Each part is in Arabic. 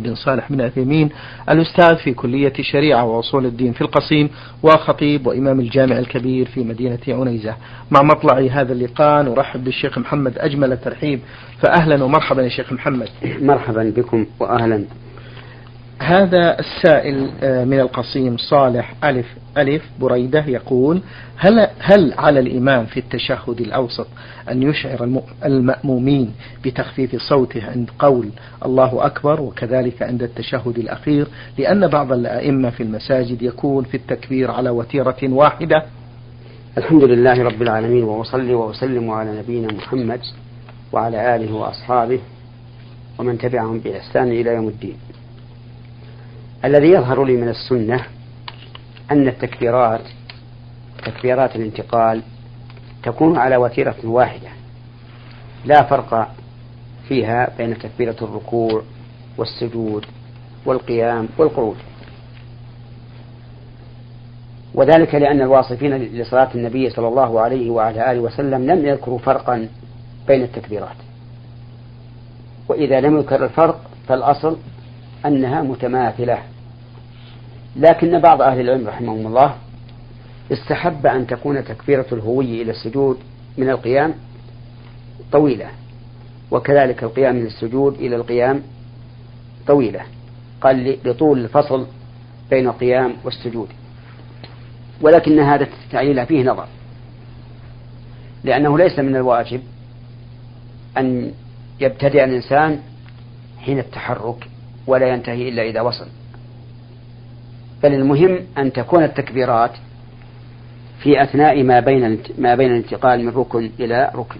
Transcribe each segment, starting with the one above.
بن صالح بن عثيمين، الأستاذ في كلية الشريعة وأصول الدين في القصيم، وخطيب وإمام الجامع الكبير في مدينة عنيزة. مع مطلع هذا اللقاء نرحب بالشيخ محمد أجمل الترحيب، فأهلا ومرحبا يا شيخ محمد. مرحبا بكم وأهلا. هذا السائل من القصيم صالح ألف بريدة يقول: هل على الإمام في التشهد الأوسط أن يشعر المأمومين بتخفيف صوته عند قول الله أكبر، وكذلك عند التشهد الأخير، لأن بعض الأئمة في المساجد يكون في التكبير على وتيرة واحدة؟ الحمد لله رب العالمين، وأصلي وأسلم على نبينا محمد وعلى آله وأصحابه ومن تبعهم بإحسان إلى يوم الدين. الذي يظهر لي من السنة أن تكبيرات الانتقال تكون على وتيرة واحدة، لا فرق فيها بين تكبيرة الركوع والسجود والقيام والقعود، وذلك لأن الواصفين لصلاة النبي صلى الله عليه وعلى آله وسلم لم يذكروا فرقا بين التكبيرات، وإذا لم يذكر الفرق فالأصل أنها متماثلة. لكن بعض أهل العلم رحمهم الله استحب أن تكون تكبيرة الهوي إلى السجود من القيام طويلة، وكذلك القيام من السجود إلى القيام طويلة، قال لطول الفصل بين القيام والسجود. ولكن هذا التعليل فيه نظر، لأنه ليس من الواجب أن يبتدئ الإنسان حين التحرك ولا ينتهي إلا إذا وصل، بل المهم أن تكون التكبيرات في أثناء ما بين الانتقال من ركن إلى ركن.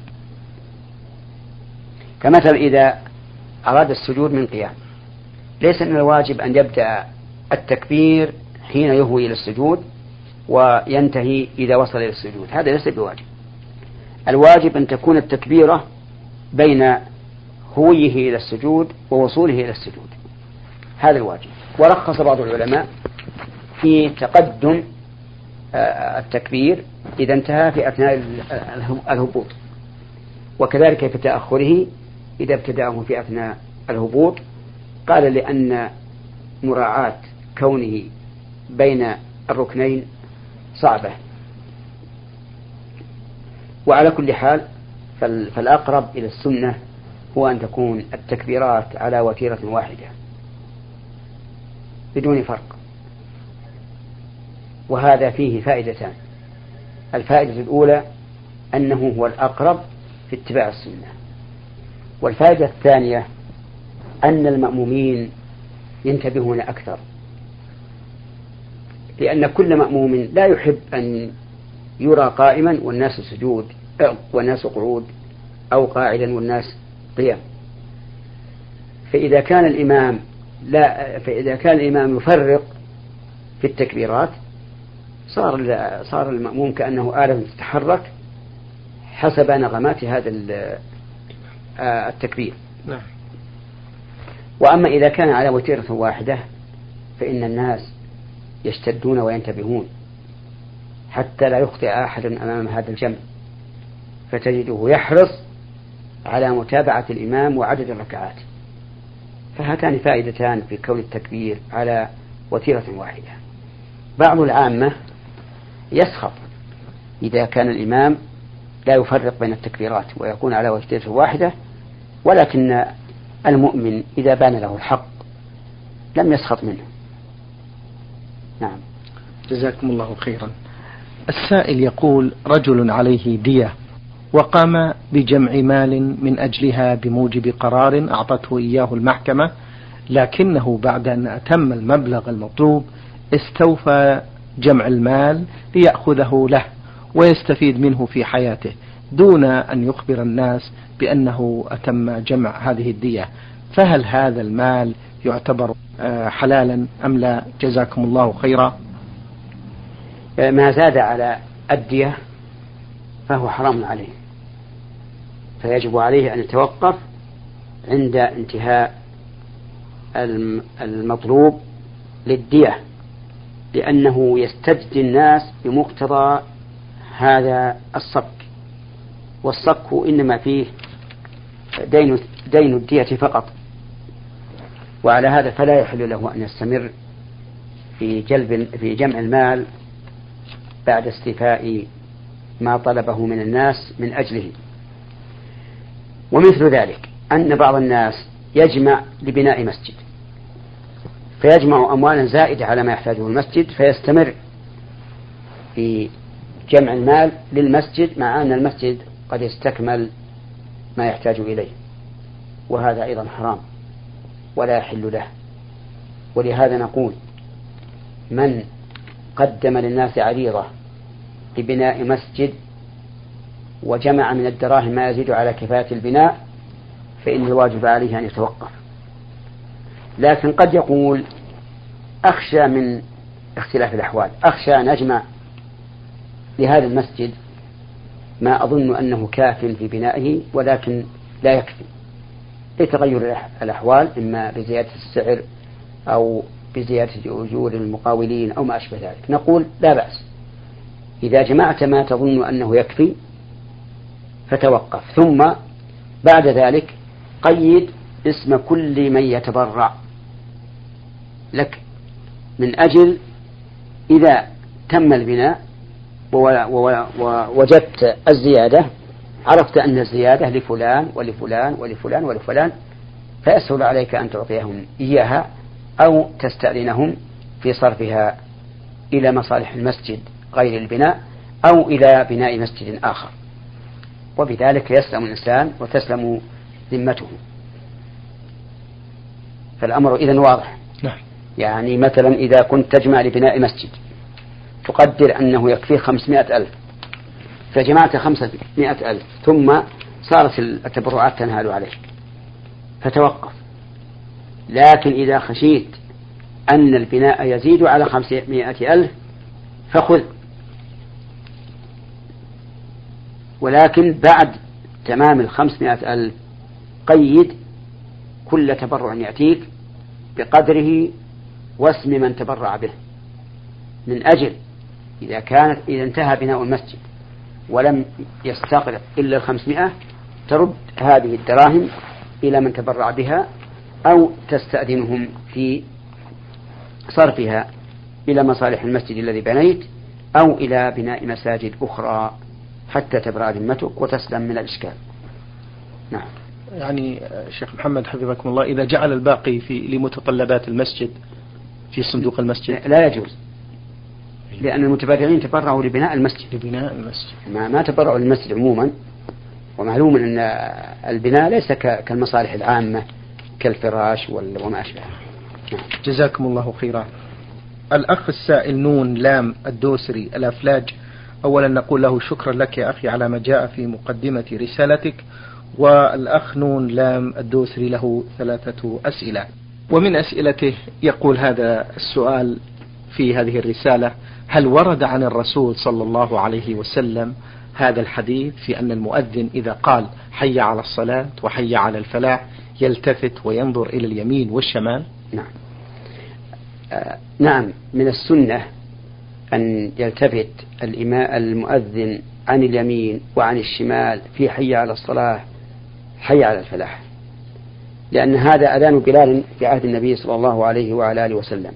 كمثل إذا أراد السجود من قيام، ليس من الواجب أن يبدأ التكبير حين يهوي إلى السجود وينتهي إذا وصل إلى السجود، هذا ليس بواجب. الواجب أن تكون التكبيرة بين هويه إلى السجود ووصوله إلى السجود، هذا الواجب. ورخص بعض العلماء في تقدم التكبير إذا انتهى في أثناء الهبوط، وكذلك في تأخره إذا ابتدأه في أثناء الهبوط، قال لأن مراعاة كونه بين الركنين صعبة. وعلى كل حال فالأقرب إلى السنة هو أن تكون التكبيرات على وتيرة واحدة بدون فرق، وهذا فيه فائدتان. الفائدة الأولى أنه هو الأقرب في اتباع السنة، والفائدة الثانية أن المأمومين ينتبهون أكثر، لأن كل مأموم لا يحب أن يرى قائما والناس سجود والناس قعود، أو قاعدا والناس قيام. فإذا كان الإمام يفرق في التكبيرات صار المأموم كأنه آلة تتحرك حسب نغمات هذا التكبير. نعم. وأما إذا كان على وتيرة واحدة فإن الناس يشتدون وينتبهون حتى لا يخطئ أحد أمام هذا الجمع، فتجده يحرص على متابعة الإمام وعدد الركعات. فهاتان فائدتان في كون التكبير على وتيرة واحدة. بعض العامة يسخط إذا كان الإمام لا يفرق بين التكبيرات ويكون على وتيرة واحدة، ولكن المؤمن إذا بان له الحق لم يسخط منه. نعم. جزاكم الله خيرا. السائل يقول: رجل عليه دية وقام بجمع مال من أجلها بموجب قرار أعطته إياه المحكمة، لكنه بعد أن أتم المبلغ المطلوب استوفى جمع المال ليأخذه له ويستفيد منه في حياته دون أن يخبر الناس بأنه أتم جمع هذه الدية، فهل هذا المال يعتبر حلالا أم لا؟ جزاكم الله خيرا. ما زاد على الدية فهو حرام عليه، فيجب عليه أن يتوقف عند انتهاء المطلوب للدية، لأنه يستجدي الناس بمقتضى هذا الصك، والصك إنما فيه دين الدية فقط، وعلى هذا فلا يحل له أن يستمر في جمع المال بعد استيفاء ما طلبه من الناس من أجله. ومثل ذلك أن بعض الناس يجمع لبناء مسجد، فيجمع أموالا زائدة على ما يحتاجه المسجد، فيستمر في جمع المال للمسجد مع أن المسجد قد استكمل ما يحتاج إليه، وهذا أيضا حرام ولا يحل له. ولهذا نقول من قدم للناس عريضة لبناء مسجد وجمع من الدراهم ما يزيد على كفاية البناء فإن الواجب عليه أن يتوقف. لكن قد يقول أخشى من اختلاف الأحوال، أخشى أن أجمع لهذا المسجد ما أظن أنه كاف في بنائه ولكن لا يكفي لتغير الأحوال، إما بزيادة السعر أو بزيادة أجور المقاولين أو ما أشبه ذلك. نقول لا بأس، إذا جمعت ما تظن أنه يكفي فتوقف، ثم بعد ذلك قيد اسم كل من يتبرع لك من أجل إذا تم البناء ووجدت الزيادة عرفت أن الزيادة لفلان ولفلان ولفلان ولفلان، فيسهل عليك أن تعطيهم إياها أو تستأذنهم في صرفها إلى مصالح المسجد غير البناء أو إلى بناء مسجد آخر، وبذلك يسلم الإنسان وتسلم ذمته. فالأمر إذن واضح. نعم. يعني مثلا إذا كنت تجمع لبناء مسجد تقدر أنه يكفيه 500,000 فجمعت 500,000 ثم صارت التبرعات تنهال عليك فتوقف. لكن إذا خشيت أن البناء يزيد على 500,000 فخذ، ولكن بعد تمام 500,000 قيد كل تبرع يأتيك بقدره واسم من تبرع به، من أجل إذا انتهى بناء المسجد ولم يستغرق إلا 500 ترد هذه الدراهم إلى من تبرع بها أو تستأذنهم في صرفها إلى مصالح المسجد الذي بنيت أو إلى بناء مساجد أخرى حتى تبرأ ذمتك وتسلم من الإشكال. نعم. يعني شيخ محمد حفظكم الله، إذا جعل الباقي لمتطلبات المسجد في صندوق المسجد لا يجوز، لأن المتبرعين تبرعوا لبناء المسجد، ما تبرعوا للمسجد عموما. ومعلوم أن البناء ليس كالمصالح العامة كالفراش وما أشبه. جزاكم الله خيرا. الأخ السائل نون لام الدوسري الأفلاج، أولا نقول له شكرا لك يا أخي على ما جاء في مقدمة رسالتك. والأخ نون لام الدوسري له 3 أسئلة، ومن أسئلته يقول هذا السؤال في هذه الرسالة: هل ورد عن الرسول صلى الله عليه وسلم هذا الحديث في أن المؤذن إذا قال حي على الصلاة وحي على الفلاح يلتفت وينظر إلى اليمين والشمال؟ نعم. نعم، من السنة أن يلتفت المؤذن عن اليمين وعن الشمال في حي على الصلاة حي على الفلاح، لأن هذا أذان بلال في عهد النبي صلى الله عليه وعلى آله وسلم.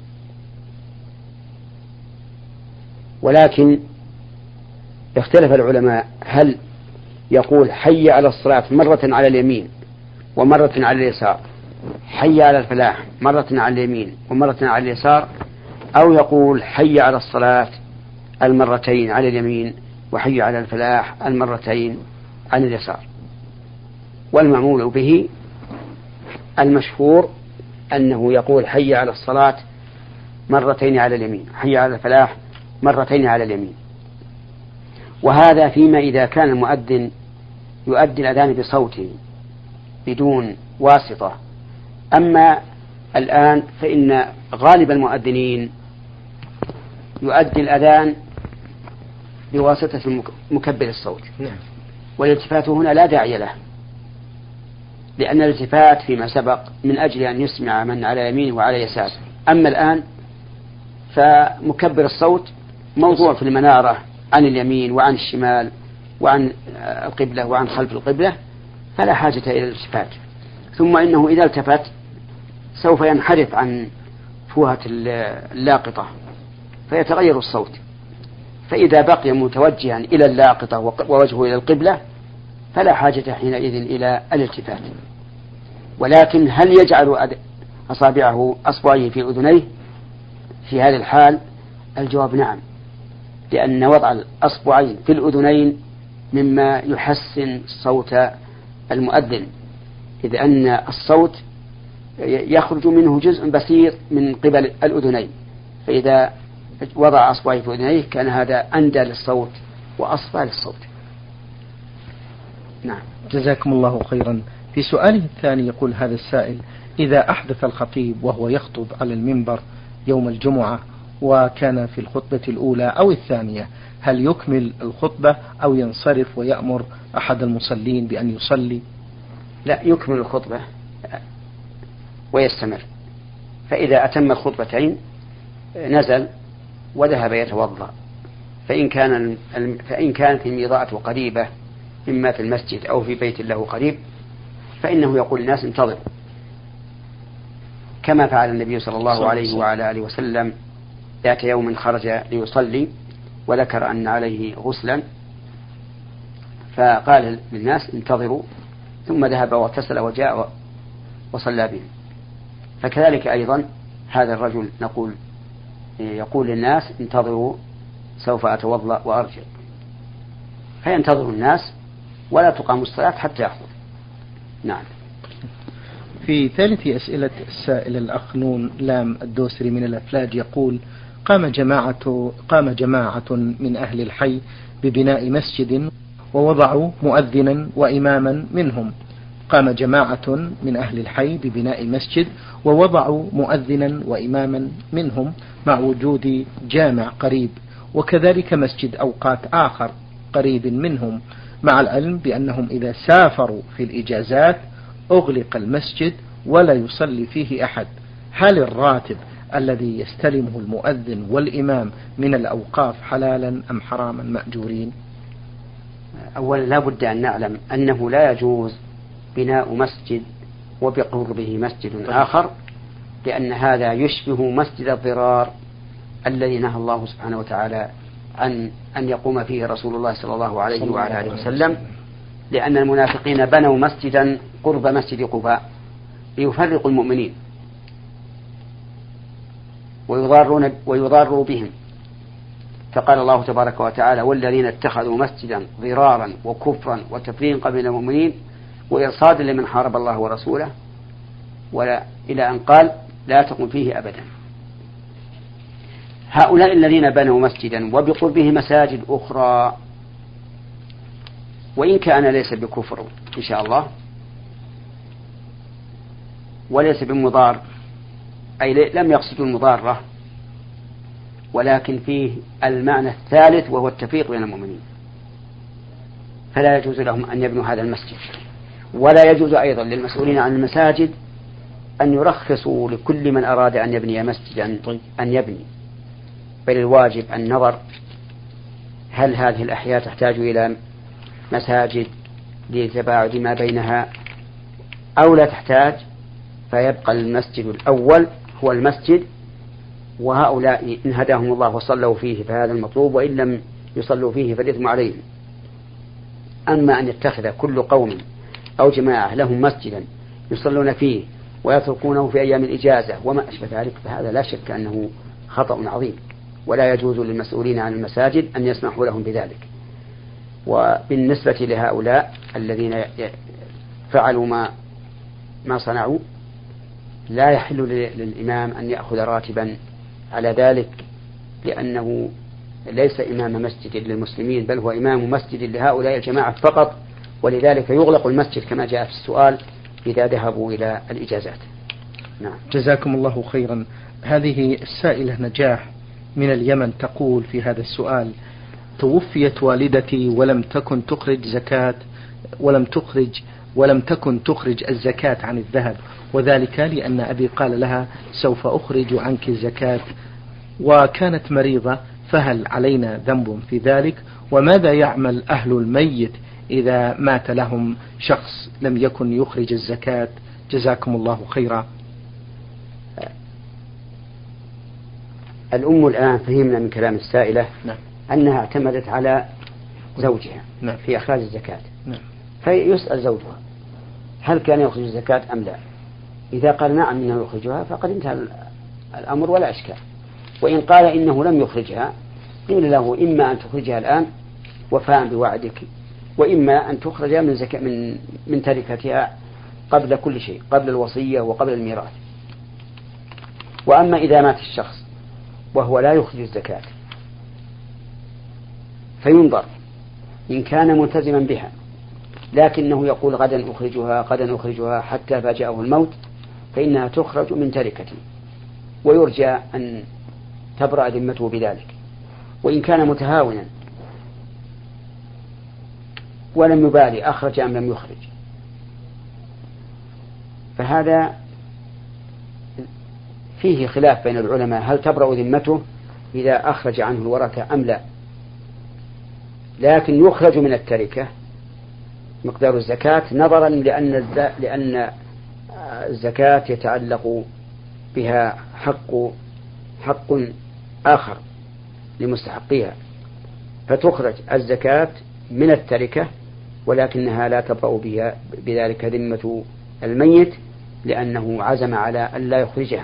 ولكن اختلف العلماء هل يقول حي على الصلاة مرة على اليمين ومرة على اليسار، حي على الفلاح مرة على اليمين ومرة على اليسار، أو يقول حي على الصلاة المرتين على اليمين وحي على الفلاح المرتين عن اليسار. والمعمول به المشهور أنه يقول حي على الصلاة مرتين على اليمين، حي على الفلاح مرتين على اليمين. وهذا فيما إذا كان المؤذن يؤدي الأذان بصوته بدون واسطة. أما الآن فإن غالب المؤذنين يؤدي الأذان بواسطة مكبر الصوت، والالتفات هنا لا داعي له، لأن الالتفات فيما سبق من أجل أن يسمع من على يمينه وعلى يساره. أما الآن فمكبر الصوت موضوع في المنارة عن اليمين وعن الشمال وعن القبلة وعن خلف القبلة، فلا حاجة إلى الالتفات. ثم إنه إذا التفت سوف ينحرف عن فوهة اللاقطة فيتغير الصوت، فإذا بقي متوجها إلى اللاقطة ووجهه إلى القبلة فلا حاجة حينئذ إلى الالتفات. ولكن هل يجعل أصبعه في أذنيه في هذه الحال؟ الجواب نعم، لأن وضع الأصبعين في الأذنين مما يحسن صوت المؤذن، إذ أن الصوت يخرج منه جزء بسيط من قبل الأذنين، فإذا وضع أصبعه في أذنيه كان هذا أندى للصوت وأصفى للصوت. نعم. جزاكم الله خيرا. في سؤاله الثاني يقول هذا السائل: إذا أحدث الخطيب وهو يخطب على المنبر يوم الجمعة وكان في الخطبة الأولى أو الثانية، هل يكمل الخطبة أو ينصرف ويأمر أحد المصلين بأن يصلي؟ لا، يكمل الخطبة ويستمر، فإذا أتم الخطبتين نزل وذهب يتوضأ، فإن كانت الميضاءة قريبة إما في المسجد أو في بيت له قريب فإنه يقول للناس انتظر، كما فعل النبي صلى الله عليه وعلى آله وسلم ذات يوم خرج ليصلي وذكر أن عليه غسلا فقال للناس انتظروا، ثم ذهب واغتسل وجاء وصلى بهم. فكذلك أيضا هذا الرجل يقول للناس انتظروا سوف أتوضأ وأرجع، فينتظر الناس ولا تقام الصلاة حتى يخرج. نعم. في ثالث أسئلة السائل الأخ نون لام الدوسري من الأفلاج يقول: قام جماعة من أهل الحي ببناء مسجد ووضعوا مؤذنا وإماما منهم. قام جماعة من أهل الحي ببناء مسجد ووضعوا مؤذنا وإماما منهم مع وجود جامع قريب، وكذلك مسجد أوقات آخر قريب منهم، مع العلم بأنهم إذا سافروا في الإجازات أغلق المسجد ولا يصلي فيه أحد. هل الراتب الذي يستلمه المؤذن والإمام من الأوقاف حلالا أم حراما مأجورين؟ أولا لا بد أن نعلم أنه لا يجوز بناء مسجد وبقربه مسجد آخر، لأن هذا يشبه مسجد الضرار الذي نهى الله سبحانه وتعالى أن يقوم فيه رسول الله صلى الله عليه وعلى آله وسلم، لأن المنافقين بنوا مسجدا قرب مسجد قباء ليفرقوا المؤمنين ويضاروا بهم، فقال الله تبارك وتعالى: والذين اتخذوا مسجدا ضرارا وكفرا وتفريقا بين المؤمنين وإرصادا لمن حارب الله ورسوله إلى أن قال: لا تقم فيه أبدا. هؤلاء الذين بنوا مسجدا وبقربه مساجد أخرى وإن كان ليس بكفر إن شاء الله وليس بمضار، أي لم يقصدوا المضارة، ولكن فيه المعنى الثالث وهو التفريق بين المؤمنين، فلا يجوز لهم أن يبنوا هذا المسجد. ولا يجوز أيضا للمسؤولين عن المساجد أن يرخصوا لكل من أراد أن يبني مسجدا أن يبني، بل الواجب النظر هل هذه الأحياء تحتاج إلى مساجد لتباعد ما بينها أو لا تحتاج، فيبقى المسجد الأول هو المسجد، وهؤلاء إن هداهم الله وصلوا فيه فهذا المطلوب، وإن لم يصلوا فيه فالإثم عليهم. أما أن يتخذ كل قوم أو جماعة لهم مسجدا يصلون فيه ويتركونه في أيام الإجازة وما أشبه ذلك، فهذا لا شك أنه خطأ عظيم، ولا يجوز للمسؤولين عن المساجد أن يسمحوا لهم بذلك. وبالنسبة لهؤلاء الذين فعلوا ما صنعوا، لا يحل للإمام أن يأخذ راتبا على ذلك، لأنه ليس إمام مسجد للمسلمين، بل هو إمام مسجد لهؤلاء الجماعة فقط، ولذلك يغلق المسجد كما جاء في السؤال إذا ذهبوا إلى الإجازات. نعم. جزاكم الله خيرا. هذه السائلة نجاح من اليمن تقول في هذا السؤال: توفيت والدتي ولم تكن تكن تخرج الزكاة عن الذهب، وذلك لأن أبي قال لها سوف أخرج عنك الزكاة، وكانت مريضة، فهل علينا ذنب في ذلك؟ وماذا يعمل أهل الميت إذا مات لهم شخص لم يكن يخرج الزكاة؟ جزاكم الله خيرا. الأم الآن فهمنا من كلام السائلة نعم. أنها اعتمدت على زوجها نعم. في إخراج الزكاة. نعم. فيسأل زوجها هل كان يخرج الزكاة أم لا؟ إذا قال نعم إنه يخرجها فقد انتهى الأمر ولا إشكال. وإن قال إنه لم يخرجها قيل له إما أن تخرجها الآن وفاء بوعدك، وإما أن تخرج من تركتها قبل كل شيء، قبل الوصية وقبل الميراث. وأما إذا مات الشخص وهو لا يخرج الزكاة فينظر إن كان ملتزما بها لكنه يقول غدا أخرجها غدا أخرجها حتى فاجأه الموت، فإنها تخرج من تركته ويرجى أن تبرأ ذمته بذلك. وإن كان متهاونا ولم يبالي أخرج أم لم يخرج فهذا فيه خلاف بين العلماء هل تبرأ ذمته إذا أخرج عنه الورثة أم لا. لكن يخرج من التركة مقدار الزكاة نظرا لأن الزكاة يتعلق بها حق آخر لمستحقيها، فتخرج الزكاة من التركة ولكنها لا تبرأ بذلك ذمة الميت لأنه عزم على أن لا يخرجها.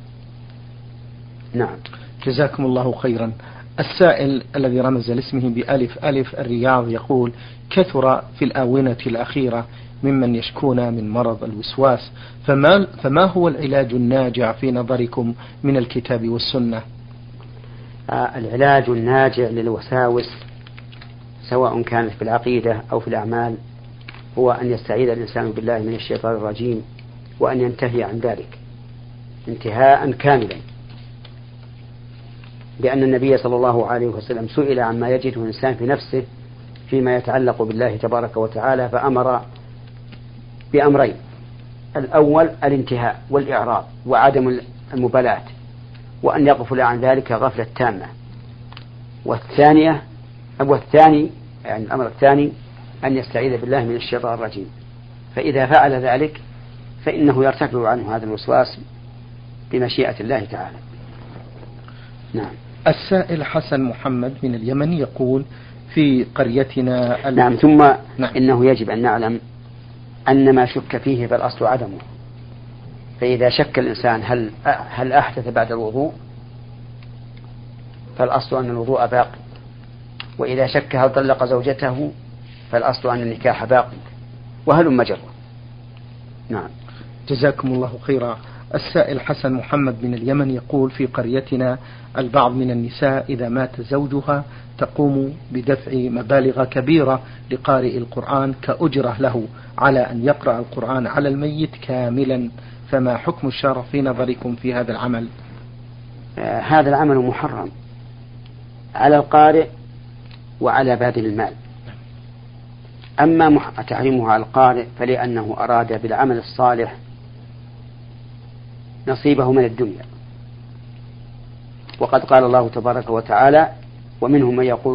نعم. جزاكم الله خيرا. السائل الذي رمز لاسمه بألف ألف الرياض يقول: كثر في الآونة الأخيرة ممن يشكون من مرض الوسواس، فما هو العلاج الناجع في نظركم من الكتاب والسنة؟ العلاج الناجع للوساوس سواء كانت في العقيدة أو في الأعمال هو أن يستعيذ الإنسان بالله من الشيطان الرجيم وأن ينتهي عن ذلك انتهاء كاملا، لأن النبي صلى الله عليه وسلم سئل عما يجده الإنسان في نفسه فيما يتعلق بالله تبارك وتعالى فأمر بأمرين: الأول الانتهاء والإعراض وعدم المبالاة وأن يغفل عن ذلك غفلة تامة، والثاني يعني الأمر الثاني أن يستعيذ بالله من الشيطان الرجيم، فإذا فعل ذلك فإنه يرتفع عنه هذا الوسواس بمشيئة الله تعالى. نعم. السائل حسن محمد من اليمن يقول: في قريتنا نعم. ثم نعم. إنه يجب أن نعلم أن ما شك فيه فالأصل عدمه، فإذا شك الإنسان هل أحدث بعد الوضوء فالأصل أن الوضوء باقي، وإذا شك هل طلق زوجته فالأصل أن النكاح باقي، وهل مجرى. نعم. جزاكم الله خيرا. السائل حسن محمد من اليمن يقول: في قريتنا البعض من النساء إذا مات زوجها تقوم بدفع مبالغ كبيرة لقارئ القرآن كأجرة له على أن يقرأ القرآن على الميت كاملا، فما حكم الشرع في نظركم في هذا العمل؟ هذا العمل محرم على القارئ وعلى باذل المال. أما تحريمه على القارئ فلأنه أراد بالعمل الصالح نصيبه من الدنيا، وقد قال الله تبارك وتعالى: فمنهم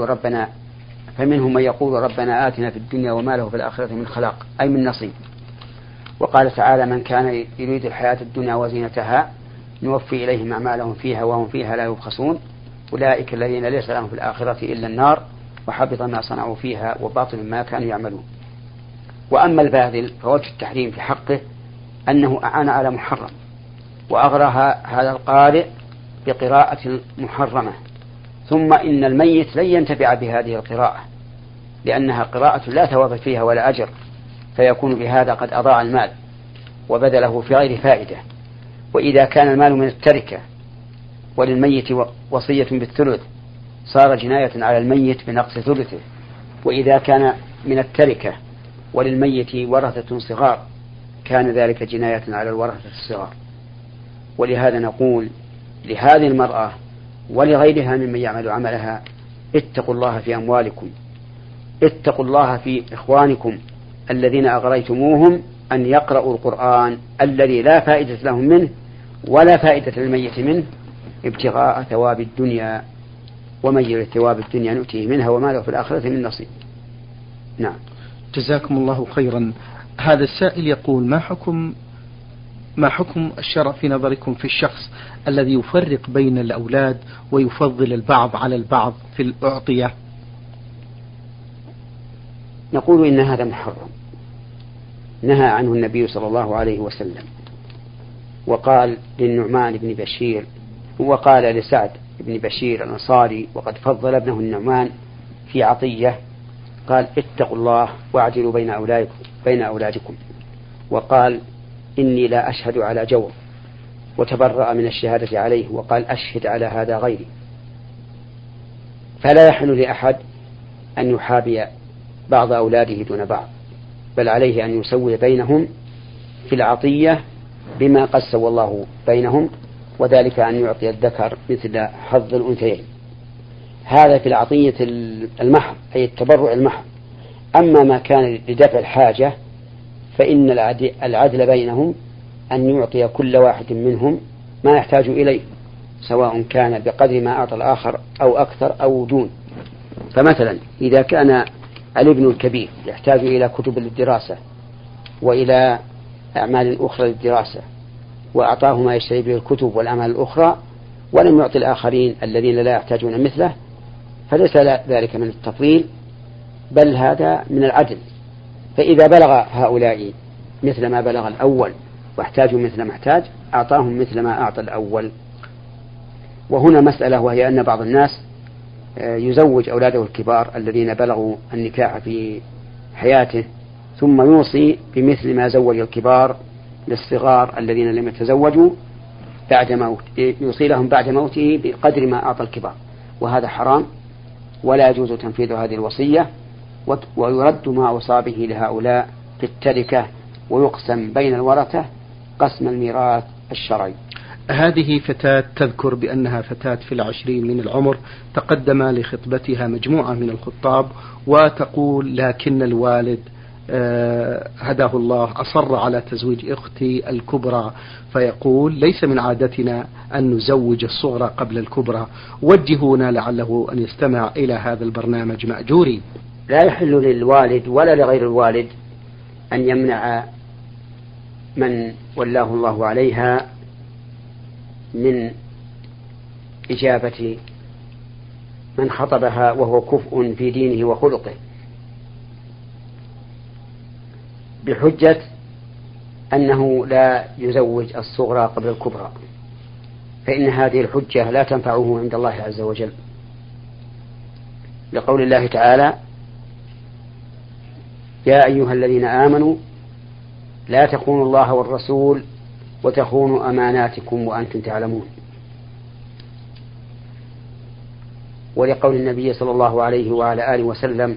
من يقول ربنا آتنا في الدنيا وما له في الآخرة من خلاق، أي من نصيب. وقال تعالى: من كان يريد الحياة الدنيا وزينتها نوفي إليهم أعمالهم فيها وهم فيها لا يبخسون أولئك الذين ليس لهم في الآخرة إلا النار وحبط ما صنعوا فيها وباطل ما كانوا يعملون. وأما الباذل فوجه التحريم في حقه أنه أعان على محرم وأغرى هذا القارئ بقراءة محرمة، ثم إن الميت لن ينتفع بهذه القراءة لأنها قراءة لا ثواب فيها ولا أجر، فيكون بهذا قد أضاع المال وبذله في غير فائدة. وإذا كان المال من التركة وللميت وصية بالثلث صار جناية على الميت بنقص ثلثه، وإذا كان من التركة وللميت ورثة صغار كان ذلك جناية على الورثة الصغار. ولهذا نقول لهذه المرأة ولغيرها ممن يعمل عملها: اتقوا الله في أموالكم، اتقوا الله في إخوانكم الذين أغريتموهم أن يقرأوا القرآن الذي لا فائدة لهم منه ولا فائدة للميت منه ابتغاء ثواب الدنيا، ومن يرد ثواب الدنيا نؤتيه منها وما له في الآخرة من نصيب. نعم. جزاكم الله خيرا. هذا السائل يقول: ما حكم ما حكم الشرع في نظركم في الشخص الذي يفرق بين الأولاد ويفضل البعض على البعض في الأعطية؟ نقول إن هذا محرم، نهى عنه النبي صلى الله عليه وسلم، وقال للنعمان بن بشير، وقال لسعد بن بشير الأنصاري وقد فضل ابنه النعمان في عطية، قال اتقوا الله واعدلوا بين أولادكم، وقال إني لا أشهد على جور، وتبرأ من الشهادة عليه وقال أشهد على هذا غيري. فلا يحل لأحد أن يحابي بعض أولاده دون بعض، بل عليه أن يسوي بينهم في العطية بما قد سوى الله بينهم، وذلك أن يعطي الذكر مثل حظ الأنثيين. هذا في العطية المحض، أي التبرع المحض. أما ما كان لدفع الحاجة فإن العدل بينهم أن يعطي كل واحد منهم ما يحتاج إليه، سواء كان بقدر ما أعطى الآخر أو أكثر أو دون. فمثلا إذا كان الابن الكبير يحتاج إلى كتب للدراسة وإلى أعمال أخرى للدراسة، وأعطاه ما يشتري به الكتب والأعمال الأخرى، ولم يعطي الآخرين الذين لا يحتاجون مثله، فليس ذلك من التفضيل، بل هذا من العدل. فإذا بلغ هؤلاء مثل ما بلغ الأول واحتاجوا مثل ما احتاج، أعطاهم مثل ما أعطى الأول. وهنا مسألة، وهي أن بعض الناس يزوج أولاده الكبار الذين بلغوا النكاح في حياته، ثم يوصي بمثل ما زوج الكبار للصغار الذين لم يتزوجوا بعد موت، يوصي لهم بعد موته بقدر ما أعطى الكبار، وهذا حرام ولا يجوز تنفيذ هذه الوصية، ويرد ما أوصى به لهؤلاء في التركة، ويقسم بين الورثة قسم الميراث الشرعي. هذه فتاة تذكر بأنها فتاة في 20 من العمر، تقدم لخطبتها مجموعة من الخطاب، وتقول لكن الوالد هداه الله أصر على تزويج أختي الكبرى، فيقول ليس من عادتنا أن نزوج الصغرى قبل الكبرى، وجهونا لعله أن يستمع إلى هذا البرنامج مأجورين. لا يحل للوالد ولا لغير الوالد أن يمنع من ولاه الله عليها من إجابة من خطبها وهو كفء في دينه وخلقه، بحجة أنه لا يزوج الصغرى قبل الكبرى، فإن هذه الحجة لا تنفعه عند الله عز وجل، لقول الله تعالى يا أيها الذين آمنوا لا تخونوا الله والرسول وتخونوا أماناتكم وأنتم تعلمون، ولقول النبي صلى الله عليه وعلى آله وسلم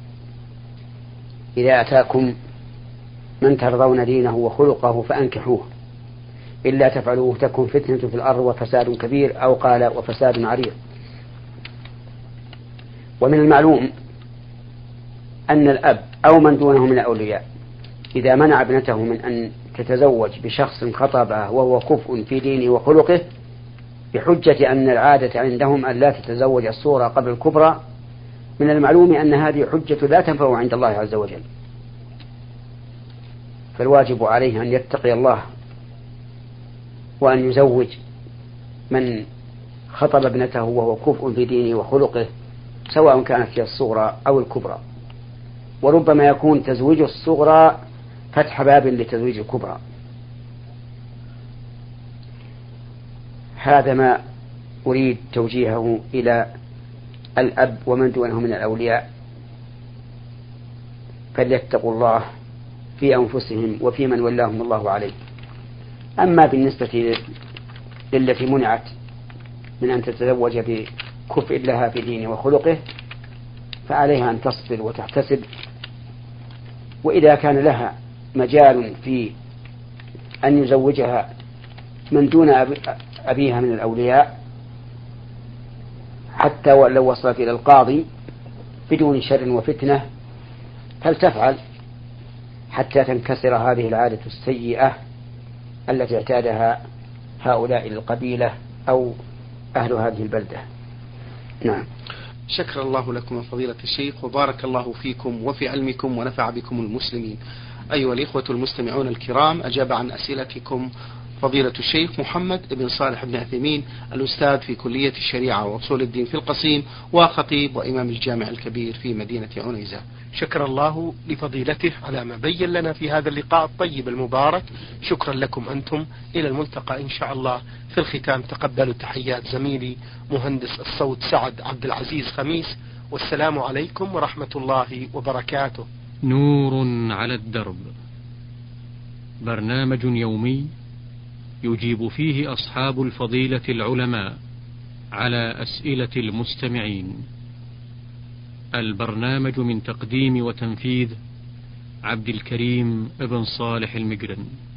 إذا أتاكم من ترضون دينه وخلقه فأنكحوه إلا تفعلوه تكن فتنة في الأرض وفساد كبير، أو قال وفساد عريض. ومن المعلوم أن الأب أو من دونه من الأولياء إذا منع ابنته من أن تتزوج بشخص خطبه وهو كفء في دينه وخلقه بحجة أن العادة عندهم أن لا تتزوج الصغرى قبل الكبرى، من المعلوم أن هذه حجة لا تنفع عند الله عز وجل، فالواجب عليه أن يتقي الله وأن يزوج من خطب ابنته وهو كفء في دينه وخلقه، سواء كانت هي الصغرى أو الكبرى. وربما يكون تزويج الصغرى فتح باب لتزويج الكبرى. هذا ما أريد توجيهه إلى الأب ومن دونه من الأولياء، فليتقوا الله في أنفسهم وفي من ولاهم الله عليه. أما بالنسبة للتي منعت من أن تتزوج بكفء لها في دينه وخلقه فعليها أن تصبر وتحتسب، وإذا كان لها مجال في أن يزوجها من دون أبيها من الأولياء حتى ولو وصلت إلى القاضي بدون شر وفتنة فلتفعل حتى تنكسر هذه العادة السيئة التي اعتادها هؤلاء القبيلة أو أهل هذه البلدة. نعم. شكر الله لكم فضيلة الشيخ، وبارك الله فيكم وفي علمكم ونفع بكم المسلمين. أيها الإخوة المستمعون الكرام، أجاب عن أسئلتكم فضيلة الشيخ محمد بن صالح بن عثيمين، الأستاذ في كلية الشريعة وأصول الدين في القصيم، وخطيب وإمام الجامع الكبير في مدينة عنيزة. شكر الله لفضيلته على ما بين لنا في هذا اللقاء الطيب المبارك. شكرا لكم أنتم، إلى الملتقى إن شاء الله. في الختام تقبلوا تحيات زميلي مهندس الصوت سعد عبد العزيز خميس، والسلام عليكم ورحمة الله وبركاته. نور على الدرب، برنامج يومي يجيب فيه أصحاب الفضيلة العلماء على أسئلة المستمعين. البرنامج من تقديم وتنفيذ عبد الكريم ابن صالح المقرن.